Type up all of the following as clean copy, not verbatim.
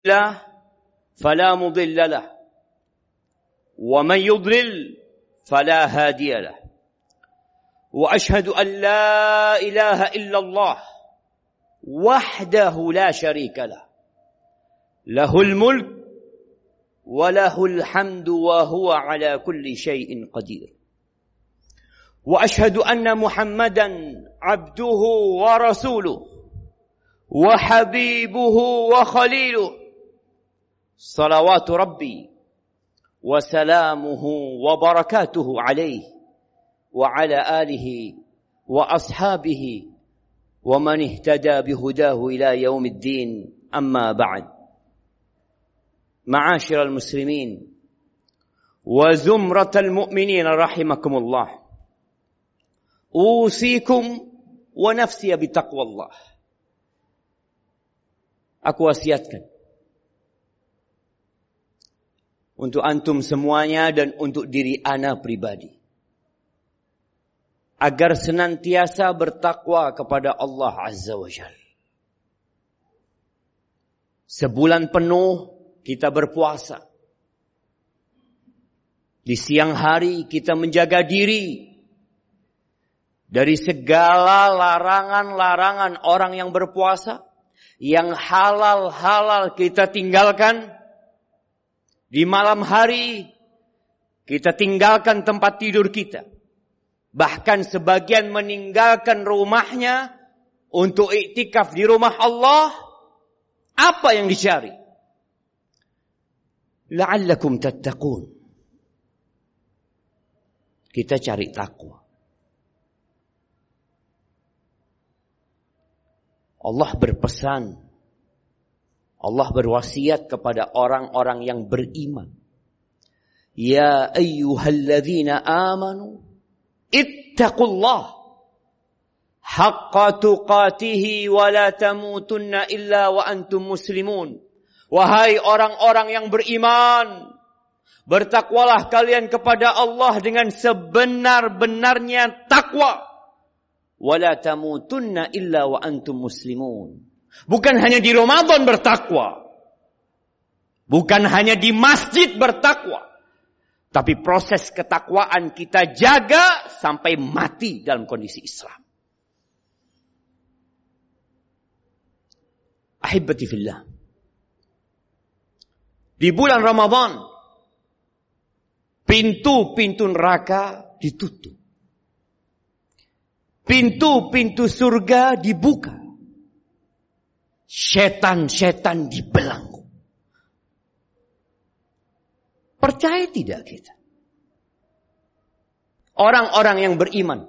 الله فلا مضل له ومن يضلل فلا هادي له وأشهد أن لا إله إلا الله وحده لا شريك له له الملك وله الحمد وهو على كل شيء قدير وأشهد أن محمدا عبده ورسوله وحبيبه وخليله صلوات ربي وسلامه وبركاته عليه وعلى آله وأصحابه ومن اهتدى بهداه إلى يوم الدين أما بعد معاشر المسلمين وزمرة المؤمنين رحمكم الله أوصيكم ونفسي بتقوى الله. Aku wasiatkan untuk antum semuanya dan untuk diri ana pribadi agar senantiasa bertakwa kepada Allah Azza wa Jalla. Sebulan penuh kita berpuasa. Di siang hari kita menjaga diri dari segala larangan-larangan orang yang berpuasa. Yang halal-halal kita tinggalkan. Di malam hari kita tinggalkan tempat tidur kita. Bahkan sebagian meninggalkan rumahnya untuk iktikaf di rumah Allah. Apa yang dicari? La'allakum tattaqun. Kita cari takwa. Allah berpesan, Allah berwasiat kepada orang-orang yang beriman. Ya ayyuhalladzina amanu ittaqullah haqqa tuqatihi wa la tamutunna illa wa antum muslimun. Wahai orang-orang yang beriman, bertakwalah kalian kepada Allah dengan sebenar-benarnya takwa. Wala tamutunna illa wa antum muslimun. Bukan hanya di Ramadan bertakwa. Bukan hanya di masjid bertakwa. Tapi proses ketakwaan kita jaga sampai mati dalam kondisi Islam. Ahibbati fillah. Di bulan Ramadan pintu-pintu neraka ditutup. Pintu-pintu surga dibuka. Setan-setan dibelenggu. Percaya tidak kita? Orang-orang yang beriman.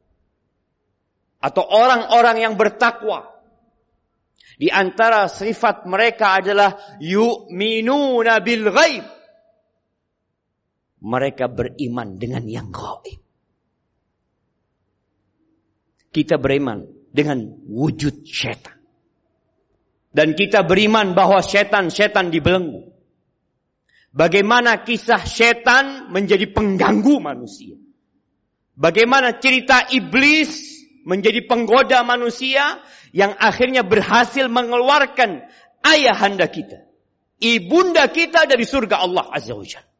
Atau orang-orang yang bertakwa. Di antara sifat mereka adalah yu'minuna bil ghaib. Mereka beriman dengan yang gaib. Kita beriman dengan wujud setan. Dan kita beriman bahwa setan-setan dibelenggu. Bagaimana kisah setan menjadi pengganggu manusia. Bagaimana cerita iblis menjadi penggoda manusia yang akhirnya berhasil mengeluarkan ayahanda kita, ibunda kita dari surga Allah Azza wa Jalla.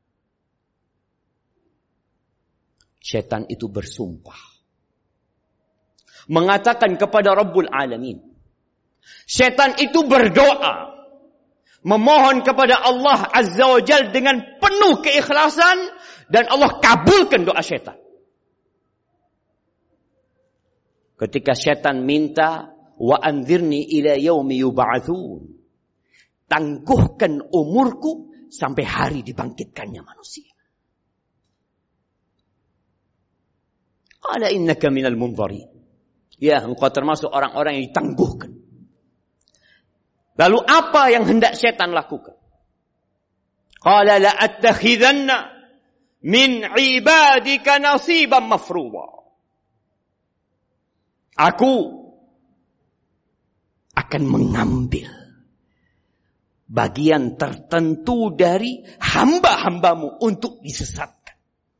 Setan itu bersumpah. Mengatakan kepada Rabbul Alamin. Setan itu berdoa. Memohon kepada Allah Azza wa Jalla dengan penuh keikhlasan. Dan Allah kabulkan doa setan. Ketika setan minta. Wa anzirni ila yaumi yub'atsun. Tangguhkan umurku sampai hari dibangkitkannya manusia. Qala innaka minal munzarin. Ya, engkau termasuk orang-orang yang ditangguhkan. Lalu apa yang hendak setan lakukan? Qala la attakhidanna min ibadika nasiban mafruḍa. Aku akan mengambil bagian tertentu dari hamba-hambamu untuk disesatkan.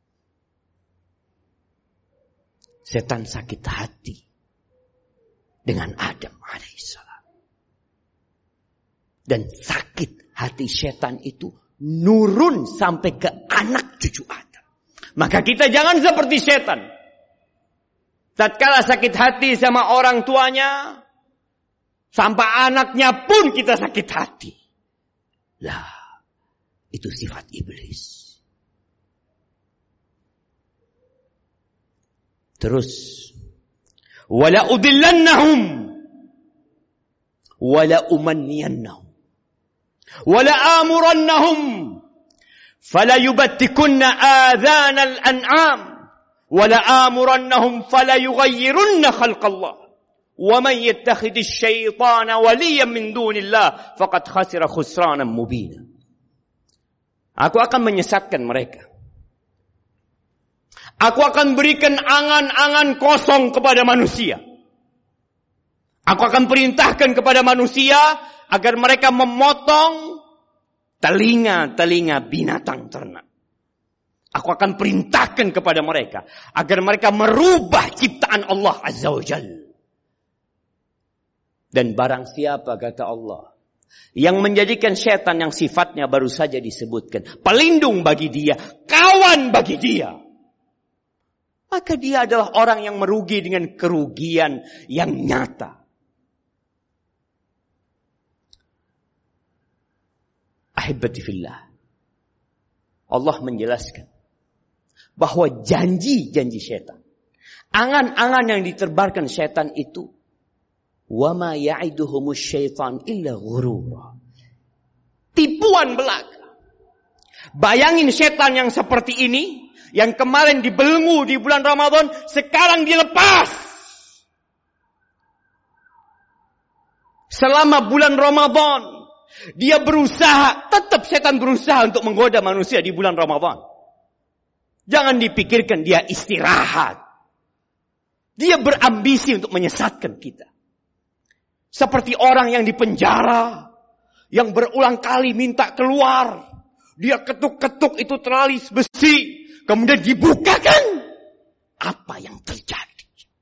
Setan sakit hati dengan Adam alaihissalam. Dan sakit hati setan itu nurun sampai ke anak cucu Adam. Maka kita jangan seperti setan. Tatkala sakit hati sama orang tuanya, sampai anaknya pun kita sakit hati. Lah, itu sifat iblis. Terus, wala udillannahum wala umanniyannahum wala amurannahum fala yubattikunna adhanal an'am wala amurannahum fala yughayyirunna khalqallah wa man yattakhidhish syaitana waliyan min dunillah faqad khasira khusranan mubina. Aku akan menyesatkan mereka. Aku akan berikan angan-angan kosong kepada manusia. Aku akan perintahkan kepada manusia agar mereka memotong telinga-telinga binatang ternak. Aku akan perintahkan kepada mereka agar mereka merubah ciptaan Allah Azza wa Jalla. Dan barang siapa, kata Allah, yang menjadikan setan yang sifatnya baru saja disebutkan pelindung bagi dia, kawan bagi dia, maka dia adalah orang yang merugi dengan kerugian yang nyata. Ahibati fillah, Allah menjelaskan bahwa janji-janji setan, angan-angan yang diterbarkan setan itu, wama ya'iduhumus syaitan illa ghurura, tipuan belaka. Bayangin setan yang seperti ini, yang kemarin dibelenggu di bulan Ramadan, sekarang dilepas. Selama bulan Ramadan, dia berusaha, tetap setan berusaha untuk menggoda manusia di bulan Ramadan. Jangan dipikirkan dia istirahat. Dia berambisi untuk menyesatkan kita. Seperti orang yang dipenjara, yang berulang kali minta keluar. Dia ketuk-ketuk itu teralis besi, kemudian dibukakan. Apa yang terjadi?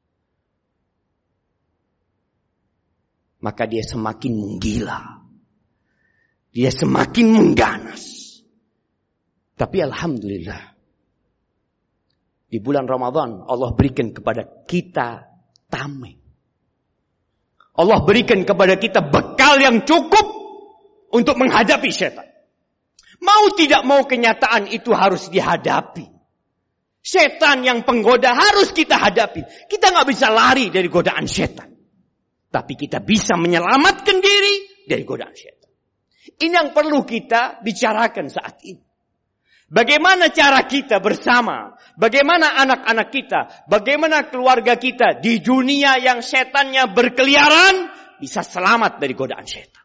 Maka dia semakin menggila. Dia semakin mengganas. Tapi alhamdulillah, di bulan Ramadan Allah berikan kepada kita tameng. Allah berikan kepada kita bekal yang cukup untuk menghadapi setan. Mau tidak mau kenyataan itu harus dihadapi. Setan yang penggoda harus kita hadapi. Kita nggak bisa lari dari godaan setan. Tapi kita bisa menyelamatkan diri dari godaan setan. Ini yang perlu kita bicarakan saat ini. Bagaimana cara kita bersama, bagaimana anak-anak kita, bagaimana keluarga kita di dunia yang setannya berkeliaran bisa selamat dari godaan setan.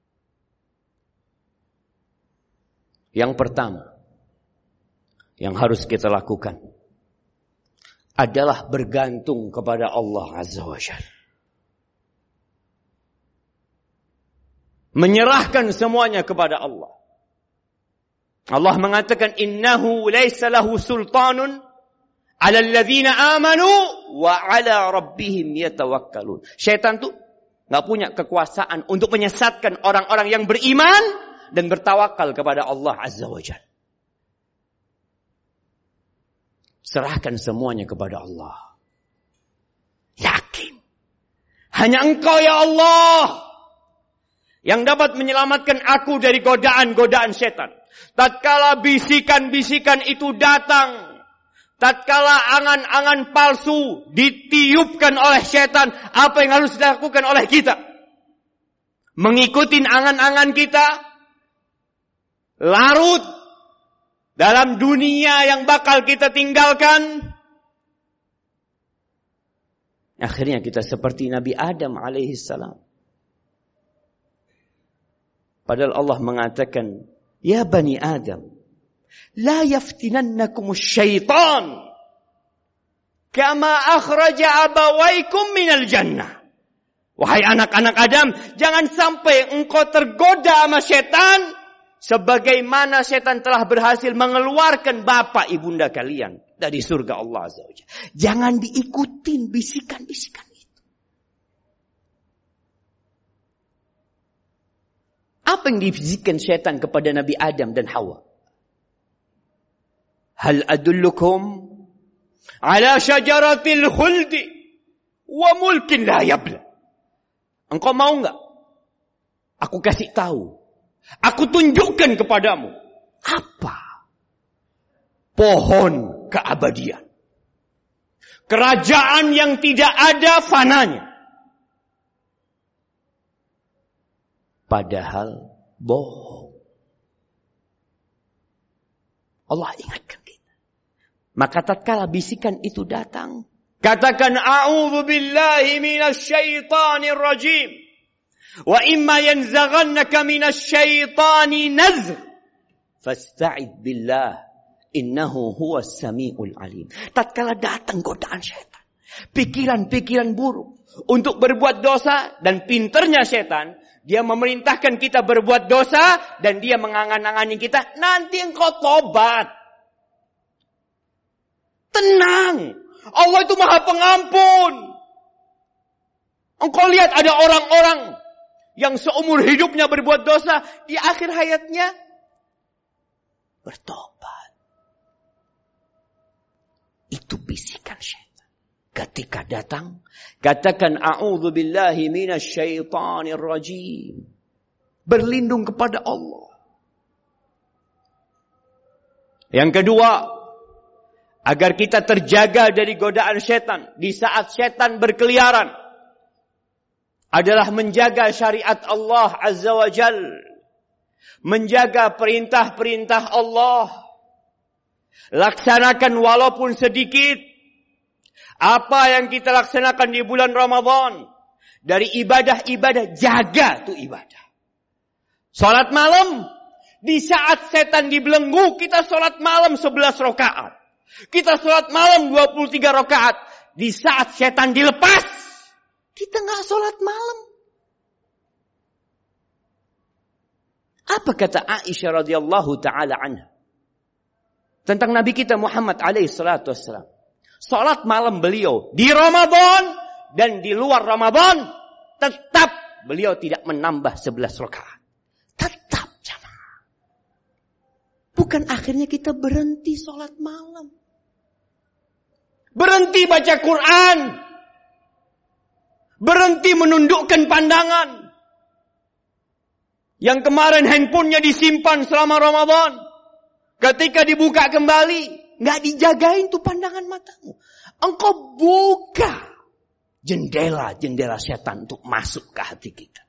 Yang pertama yang harus kita lakukan adalah bergantung kepada Allah Azza wa Jalla. Menyerahkan semuanya kepada Allah. Allah mengatakan innahu laysa lahu sultanun 'ala alladhina amanu wa 'ala rabbihim yatawakkalun. Syaitan tuh enggak punya kekuasaan untuk menyesatkan orang-orang yang beriman dan bertawakal kepada Allah Azza wa Jalla. Serahkan semuanya kepada Allah. Yakin hanya Engkau ya Allah yang dapat menyelamatkan aku dari godaan-godaan setan. Tatkala bisikan-bisikan itu datang, tatkala angan-angan palsu ditiupkan oleh setan, apa yang harus dilakukan oleh kita? Mengikuti angan-angan kita, larut dalam dunia yang bakal kita tinggalkan. Akhirnya kita seperti Nabi Adam alaihissalam. Padahal Allah mengatakan, ya Bani Adam, la yaftinannakumus syaitan kama akhraja abawaikum minal jannah. Wahai anak-anak Adam, jangan sampai engkau tergoda sama setan sebagaimana setan telah berhasil mengeluarkan bapak ibunda kalian dari surga Allah Azza wa Jalla. Jangan diikutin bisikan-bisikan itu. Apa yang dibisikkan syaitan kepada Nabi Adam dan Hawa? Hal adullukum ala syajaratil khuldi wa mulkin la yabla. Engkau mau enggak? Aku kasih tahu. Aku tunjukkan kepadamu. Apa? Pohon keabadian. Kerajaan yang tidak ada fananya. Padahal bohong. Allah ingatkan kita. Maka tatkala bisikan itu datang, katakan a'udzu billahi minasyaitonir rajim. Wa imma yanzaghannaka minasyaitani nazgh fasta'id billah innahu huwas samiul alim. Tatkala datang godaan syaitan, pikiran-pikiran buruk untuk berbuat dosa, dan pinternya syaitan, dia memerintahkan kita berbuat dosa dan dia mengangan-angani kita, nanti engkau tobat. Tenang, Allah itu Maha Pengampun. Engkau lihat ada orang-orang yang seumur hidupnya berbuat dosa, di akhir hayatnya bertobat. Itu bisikan syaitan. Ketika datang, katakan a'udzu billahi minasyaitonir rajim. Berlindung kepada Allah. Yang kedua, agar kita terjaga dari godaan syaitan di saat syaitan berkeliaran, adalah menjaga syariat Allah Azza wa Jal. Menjaga perintah-perintah Allah. Laksanakan walaupun sedikit. Apa yang kita laksanakan di bulan Ramadan. Dari ibadah-ibadah, jaga tuh ibadah. Salat malam. Di saat setan dibelenggu, kita salat malam 11 rakaat. Kita salat malam 23 rakaat. Di saat setan dilepas, kita nggak sholat malam. Apa kata Aisyah radhiyallahu taala anha tentang Nabi kita Muhammad alaihi salatu wassalam? Sholat malam beliau di Ramadan dan di luar Ramadan tetap beliau tidak menambah 11 rakaat. Tetap jamaah. Bukan akhirnya kita berhenti sholat malam. Berhenti baca Quran. Berhenti menundukkan pandangan. Yang kemarin handphonenya disimpan selama Ramadan. Ketika dibuka kembali, nggak dijagain tuh pandangan matamu. Engkau buka jendela-jendela setan untuk masuk ke hati kita.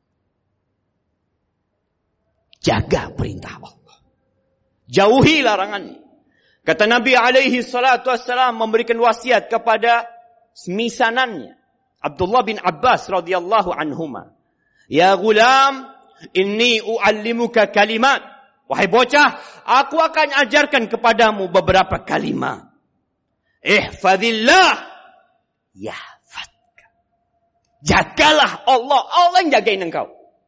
Jaga perintah Allah. Jauhi larangannya. Kata Nabi alaihi salatu wassalam memberikan wasiat kepada semisanannya. Abdullah bin Abbas radhiyallahu anhuma. Ya gulam, inni u'allimuka kalimat. Wahai bocah, aku akan ajarkan kepadamu beberapa kalimat. Ihfadillah yahfadka. Jagalah Allah, Allah yang jagain engkau.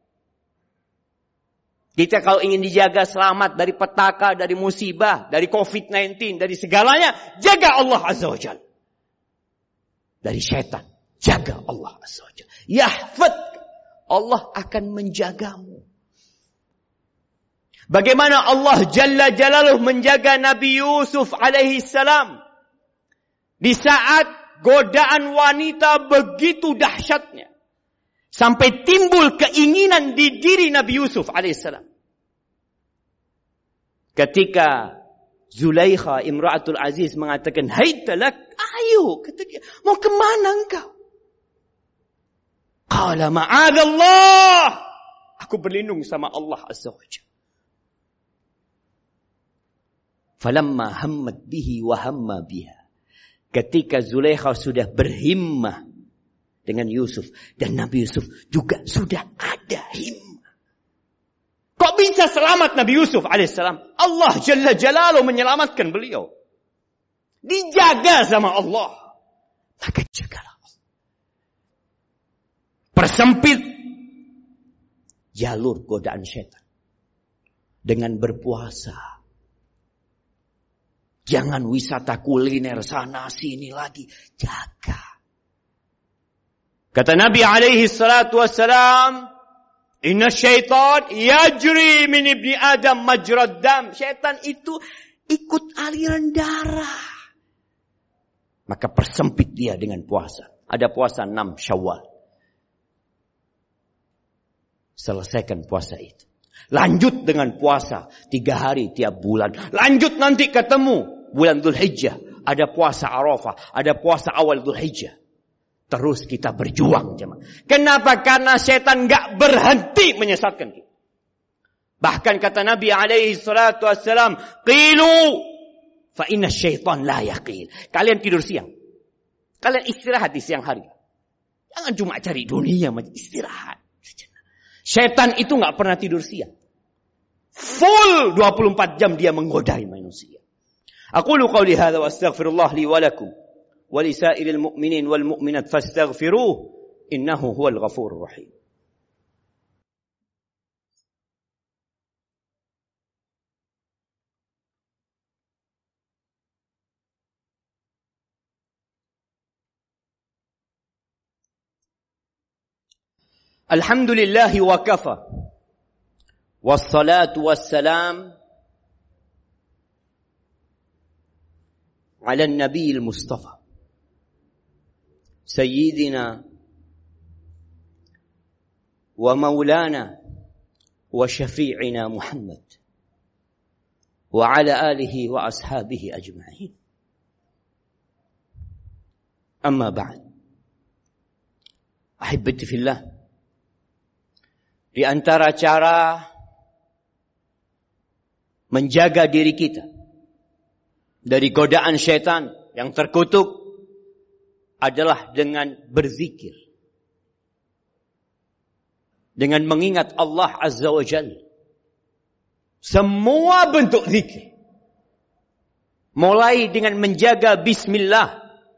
Kita kalau ingin dijaga selamat dari petaka, dari musibah, dari COVID-19, dari segalanya, jaga Allah Azza wa Jalla. Dari syaitan. Jaga Allah Azza wa Jalla. Yahfad. Allah akan menjagamu. Bagaimana Allah Jalla Jalaluh menjaga Nabi Yusuf alaihi salam. Di saat godaan wanita begitu dahsyatnya. Sampai timbul keinginan di diri Nabi Yusuf alaihi salam. Ketika Zulaikha Imra'atul Aziz mengatakan, "Haytalak, ayo," kata dia, "mau kemana engkau?" Qala ma'adallah. Aku berlindung sama Allah Azza wa Jalla. Falamma hammat bihi wa hamma biha. Ketika Zulaikha sudah berhimmah dengan Yusuf. Dan Nabi Yusuf juga sudah ada himmah. Kok bisa selamat Nabi Yusuf alaihissalam? Allah Jalla Jalaluh menyelamatkan beliau. Dijaga sama Allah. Maka jagalah. Persempit jalur godaan syaitan dengan berpuasa. Jangan wisata kuliner sana sini lagi. Jaga. Kata Nabi alaihi salatu wassalam, Inna syaitan yajri min ibni Adam majrad dam. Syaitan itu ikut aliran darah. Maka persempit dia dengan puasa. Ada puasa 6 Syawal. Selesaikan puasa itu. Lanjut dengan puasa 3 hari tiap bulan. Lanjut nanti ketemu bulan Dzulhijjah. Ada puasa Arafah. Ada puasa awal Dzulhijjah. Terus kita berjuang, jemaah. Kenapa? Karena setan gak berhenti menyesatkan kita. Bahkan kata Nabi alaihi salatu wassalam, qilu fa inna syaitan la yaqil. Kalian tidur siang. Kalian istirahat di siang hari. Jangan cuma cari dunia, istirahat. Setan itu gak pernah tidur siang. Full 24 jam dia menggodai manusia. Aqulu qawli hadza wa astaghfirullah li wa lakum wa li sa'iril mu'minin wal mu'minat fastaghfiruh innahu huwal ghafurur rahim. Alhamdulillahi wa kafa. Wassalatu wassalam ala an-nabiy al-mustafa sayyidina wa maulana wa syafi'ina Muhammad wa ala alihi wa ashabihi ajma'in. Amma ba'd. Ahibbati fillah. Di antara cara menjaga diri kita dari godaan syaitan yang terkutuk adalah dengan berzikir. Dengan mengingat Allah Azza wa Jalla. Semua bentuk zikir. Mulai dengan menjaga bismillah.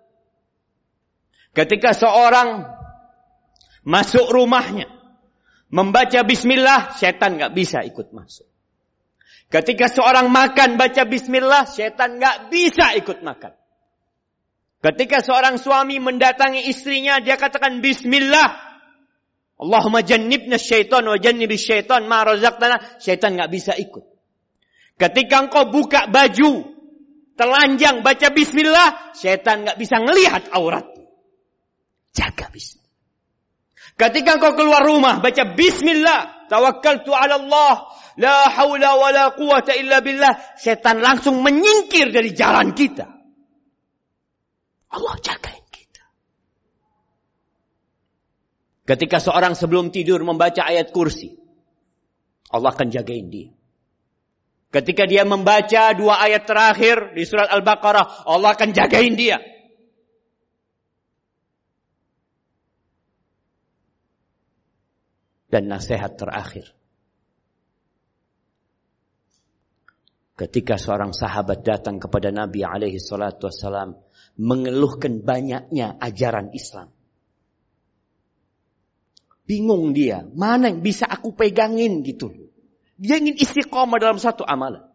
Ketika seorang masuk rumahnya, membaca bismillah, syaitan gak bisa ikut masuk. Ketika seorang makan baca bismillah, syaitan gak bisa ikut makan. Ketika seorang suami mendatangi istrinya, dia katakan bismillah. Allahumma jannibna syaitan wa jannibis syaitan ma razaqtana. Syaitan gak bisa ikut. Ketika engkau buka baju, telanjang baca bismillah, syaitan gak bisa ngelihat aurat. Jaga bismillah. Ketika engkau keluar rumah, baca bismillah. Tawakkaltu ala Allah. La hawla wa la quwata illa billah. Setan langsung menyingkir dari jalan kita. Allah jagain kita. Ketika seorang sebelum tidur membaca ayat kursi, Allah akan jagain dia. Ketika dia membaca 2 ayat terakhir di surat Al-Baqarah, Allah akan jagain dia. Dan nasihat terakhir. Ketika seorang sahabat datang kepada Nabi alaihi salatu wassalam, mengeluhkan banyaknya ajaran Islam. Bingung dia, mana yang bisa aku pegangin gitu. Dia ingin istiqamah dalam satu amalan.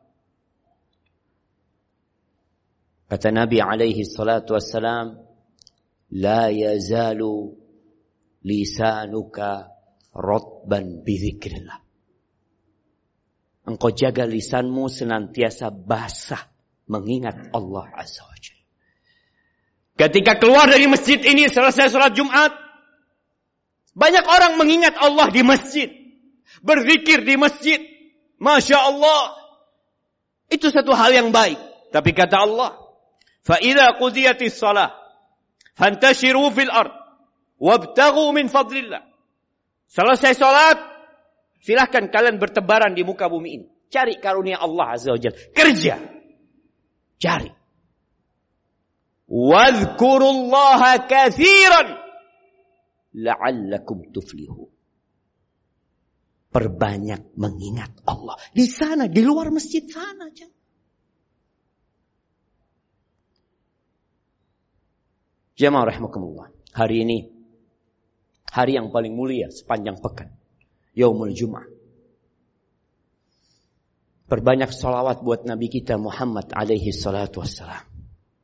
Kata Nabi alaihi salatu wassalam, la yazalu lisanuka rotban bizikrillah. Engkau jaga lisanmu senantiasa basah mengingat Allah Azza wa Jalla. Ketika keluar dari masjid ini selesai sholat Jumat, banyak orang mengingat Allah di masjid, berzikir di masjid. Masya Allah, itu satu hal yang baik. Tapi kata Allah, fa idza qudiyatis shalah fantashiru fil ard wabtaghu min fadlillah. Selesai sholat, silahkan kalian bertebaran di muka bumi ini. Cari karunia Allah Azza wa Jalla. Kerja. Cari. Wadhkurullaha kathiran la'allakum tuflihu. Perbanyak mengingat Allah. Di sana, di luar masjid sana. Jamaah rahimakumullah. Hari ini, hari yang paling mulia sepanjang pekan. Yaumul Jum'ah. Perbanyak salawat buat Nabi kita Muhammad alaihi salatu wassalam.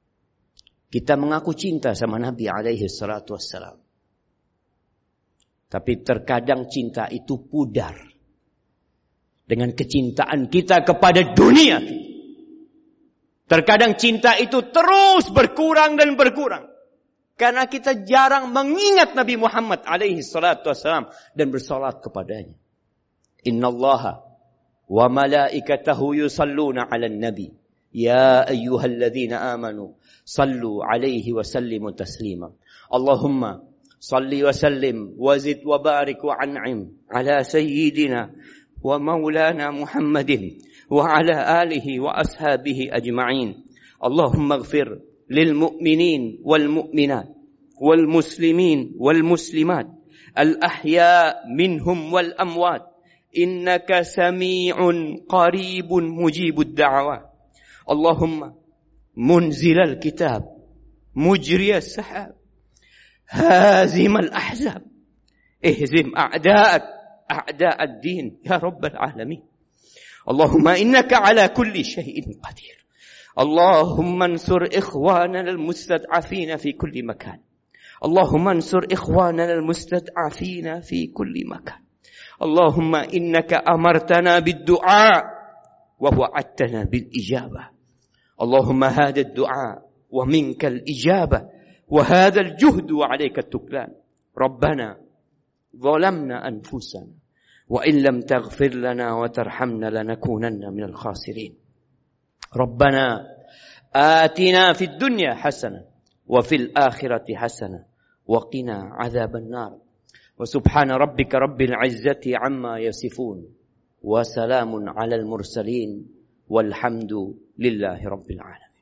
Kita mengaku cinta sama Nabi alaihi salatu wassalam. Tapi terkadang cinta itu pudar dengan kecintaan kita kepada dunia. Terkadang cinta itu terus berkurang dan berkurang. Karena kita jarang mengingat Nabi Muhammad alaihi salatu wassalam dan bersalat kepadanya. Innallaha wa malaikatahu yusalluna 'alan nabi. Ya ayyuhalladzina amanu sallu 'alaihi wa sallimu taslima. Allahumma salli wa sallim wa zid wa barik wa an'im 'ala sayyidina wa maulana Muhammadin wa 'ala alihi wa ashabihi ajma'in. Allahumma ighfir lil mu'minin wal mu'minat wal muslimin wal muslimat al ahya minhum wal amwat. Innaka sami'un qaribun mujibud da'awat. Allahumma munzilal kitab mujriyas sahab hazimal ahzab ihzim a'da'ad din ya rabbal alamin. Allahumma innaka ala kulli shay'in qadir. Allahumma ansur ikhwanana al-mustad'afina fi kulli makan. Allahumma ansur ikhwanana al-mustad'afina fi kulli makan. Allahumma innaka amartana bid-du'a wa wa'adtana bil-ijabah. اللهم هذا الدعاء ومنك الإجابة وهذا الجهد وعليك التكلان. ربنا ظلمنا أنفسنا وإن لم تغفر لنا وترحمنا لنكونن من الخاسرين. ربنا آتنا في الدنيا حسنة وفي الآخرة حسنة وقنا عذاب النار. وسبحان ربك رب العزة عما يصفون وسلام على المرسلين والحمد لله رب العالمين.